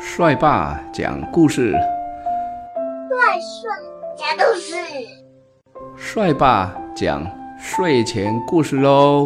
帅爸讲故事， 讲故事， 帅爸讲睡前故事咯。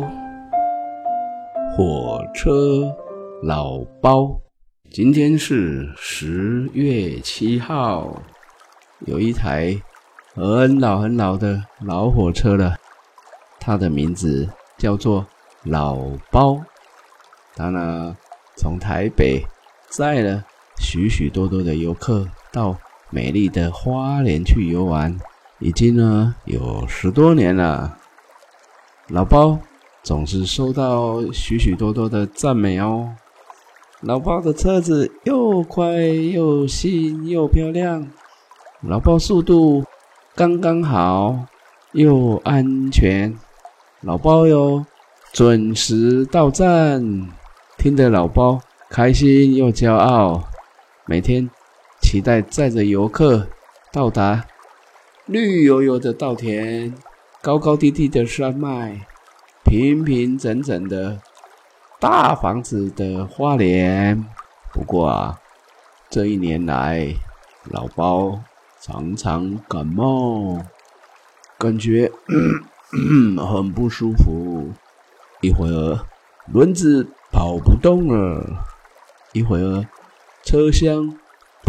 火车老包，今天是10月7号，有一台很老的老火车了，它的名字叫做老包。它呢，从台北载了许多的游客到美丽的花莲去游玩，已经呢有10多年了。老包总是受到许多的赞美哦。老包的车子又快又新又漂亮，老包速度刚刚好又安全，老包哟准时到站，听得老包开心又骄傲，每天期待载着游客到达绿油油的稻田，高低的山脉，平整的大房子的花莲。不过啊，这一年来老包常常感冒，感觉很不舒服，一会儿轮子跑不动了，一会儿车厢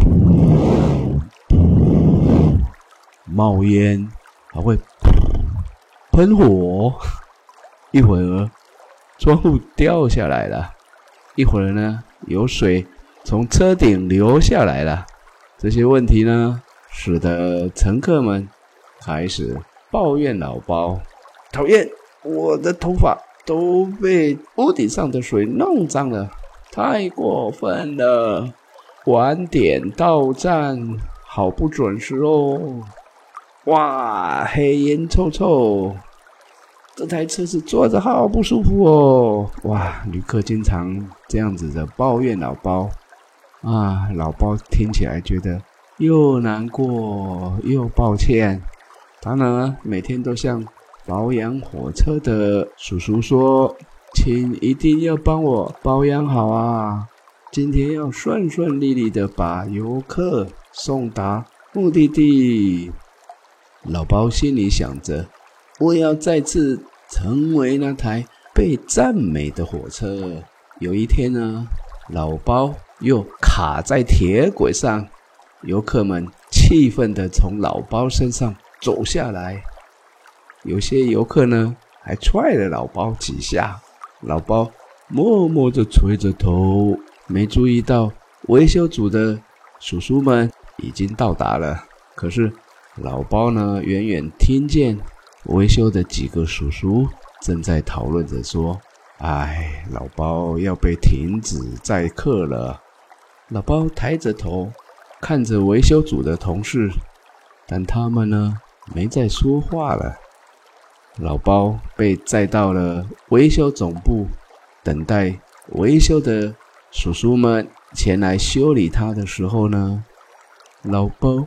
冒烟，还会喷火，一会儿窗户掉下来了，一会儿呢有水从车顶流下来了。这些问题呢，使得乘客们开始抱怨老包，讨厌，我的头发都被屋顶上的水弄脏了，太过分了，晚点到站，好不准时哦。哇，黑烟臭臭，这台车子坐着好不舒服哦。哇，旅客经常这样子的抱怨老包啊，老包听起来觉得又难过又抱歉。他呢，每天都向保养火车的叔叔说，请一定要帮我保养好啊，今天要顺利的把游客送达目的地。老包心里想着，我要再次成为那台被赞美的火车。有一天呢，老包又卡在铁轨上，游客们气愤地从老包身上走下来，有些游客呢还踹了老包几下，老包默默地垂着头，没注意到维修组的叔叔们已经到达了。可是老包呢，远远听见维修的几个叔叔正在讨论着说，哎，老包要被停止载客了。老包抬着头看着维修组的同事，但他们呢没再说话了。老包被载到了维修总部，等待维修的叔叔们前来修理他的时候呢，老包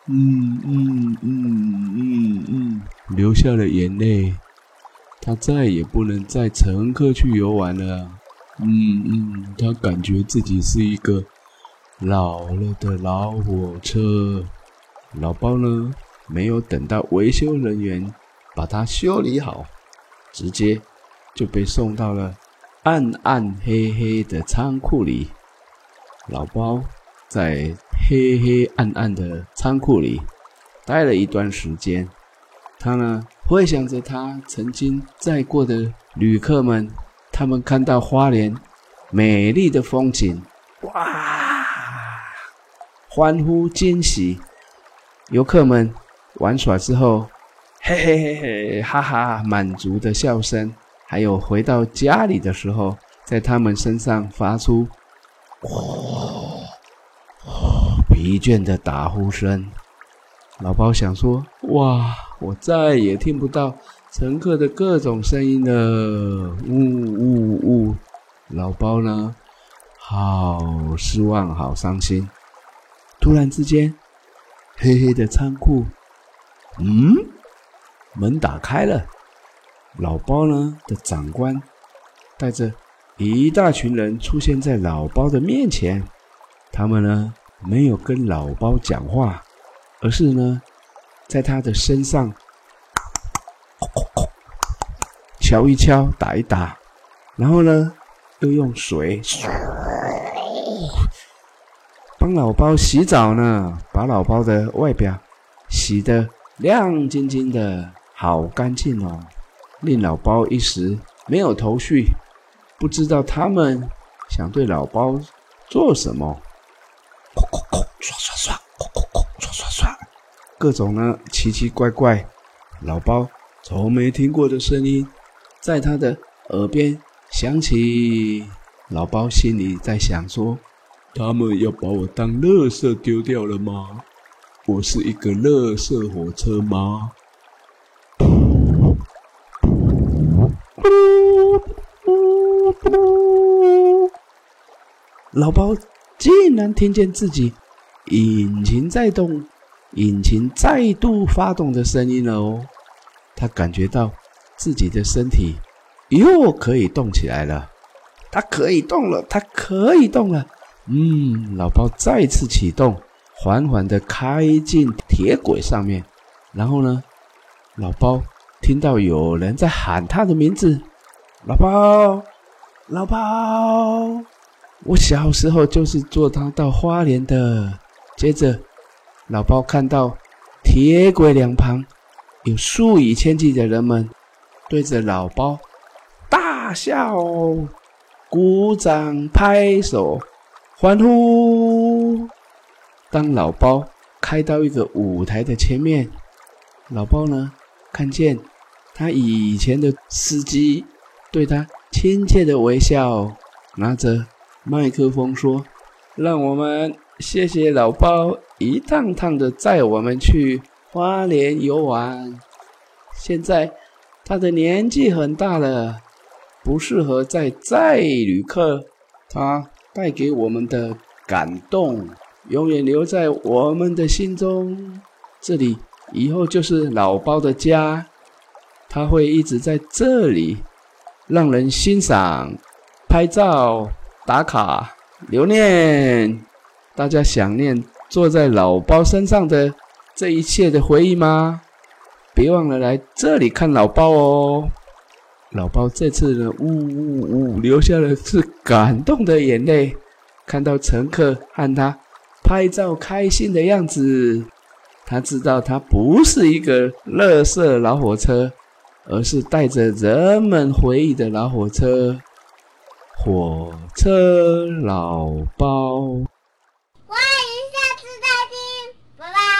流下了眼泪，他再也不能载乘客去游玩了。他感觉自己是一个老了的老火车。老包呢，没有等到维修人员把它修理好，直接就被送到了暗黑的仓库里。老包在黑暗的仓库里待了一段时间，他呢回想着他曾经载过的旅客们，他们看到花莲美丽的风景，哇，欢呼惊喜。游客们玩耍之后，嘿哈哈满足的笑声，还有回到家里的时候，在他们身上发出疲倦的打呼声。老包想说，哇，我再也听不到乘客的各种声音了，老包呢好失望好伤心。突然之间，黑的仓库门打开了，老包呢的长官带着一大群人出现在老包的面前， 他们呢没有跟老包讲话，而是呢在他的身上敲一敲，打一打，然后呢又用水帮老包洗澡呢，把老包的外表洗得亮晶晶的，好干净哦，令老包一时没有头绪，不知道他们想对老包做什么。刷，各种呢奇奇怪怪老包从没听过的声音在他的耳边响起。老包心里在想说，他们要把我当垃圾丢掉了吗？我是一个垃圾火车吗？老包竟然听见自己引擎在动，引擎再度发动的声音了哦。他感觉到自己的身体又可以动起来了，他可以动了，他可以动了。老包再次启动，缓缓地开进铁轨上面。然后呢，老包听到有人在喊他的名字，老包，老包。我小时候就是坐他到花莲的。接着老包看到铁轨两旁有数以千计的人们对着老包大笑，鼓掌拍手欢呼。当老包开到一个舞台的前面，老包呢看见他以前的司机对他亲切的微笑，拿着麦克风说，让我们谢谢老包一趟趟的载我们去花莲游玩。现在他的年纪很大了，不适合再载旅客，他带给我们的感动永远留在我们的心中，这里以后就是老包的家，他会一直在这里让人欣赏、拍照、打卡、留念。大家想念坐在老包身上的这一切的回忆吗？别忘了来这里看老包哦。老包这次呢，流下了是感动的眼泪，看到乘客和他拍照开心的样子，他知道他不是一个垃圾老火车，而是带着人们回忆的老火车，火车老包。 欢迎下次再听，拜拜。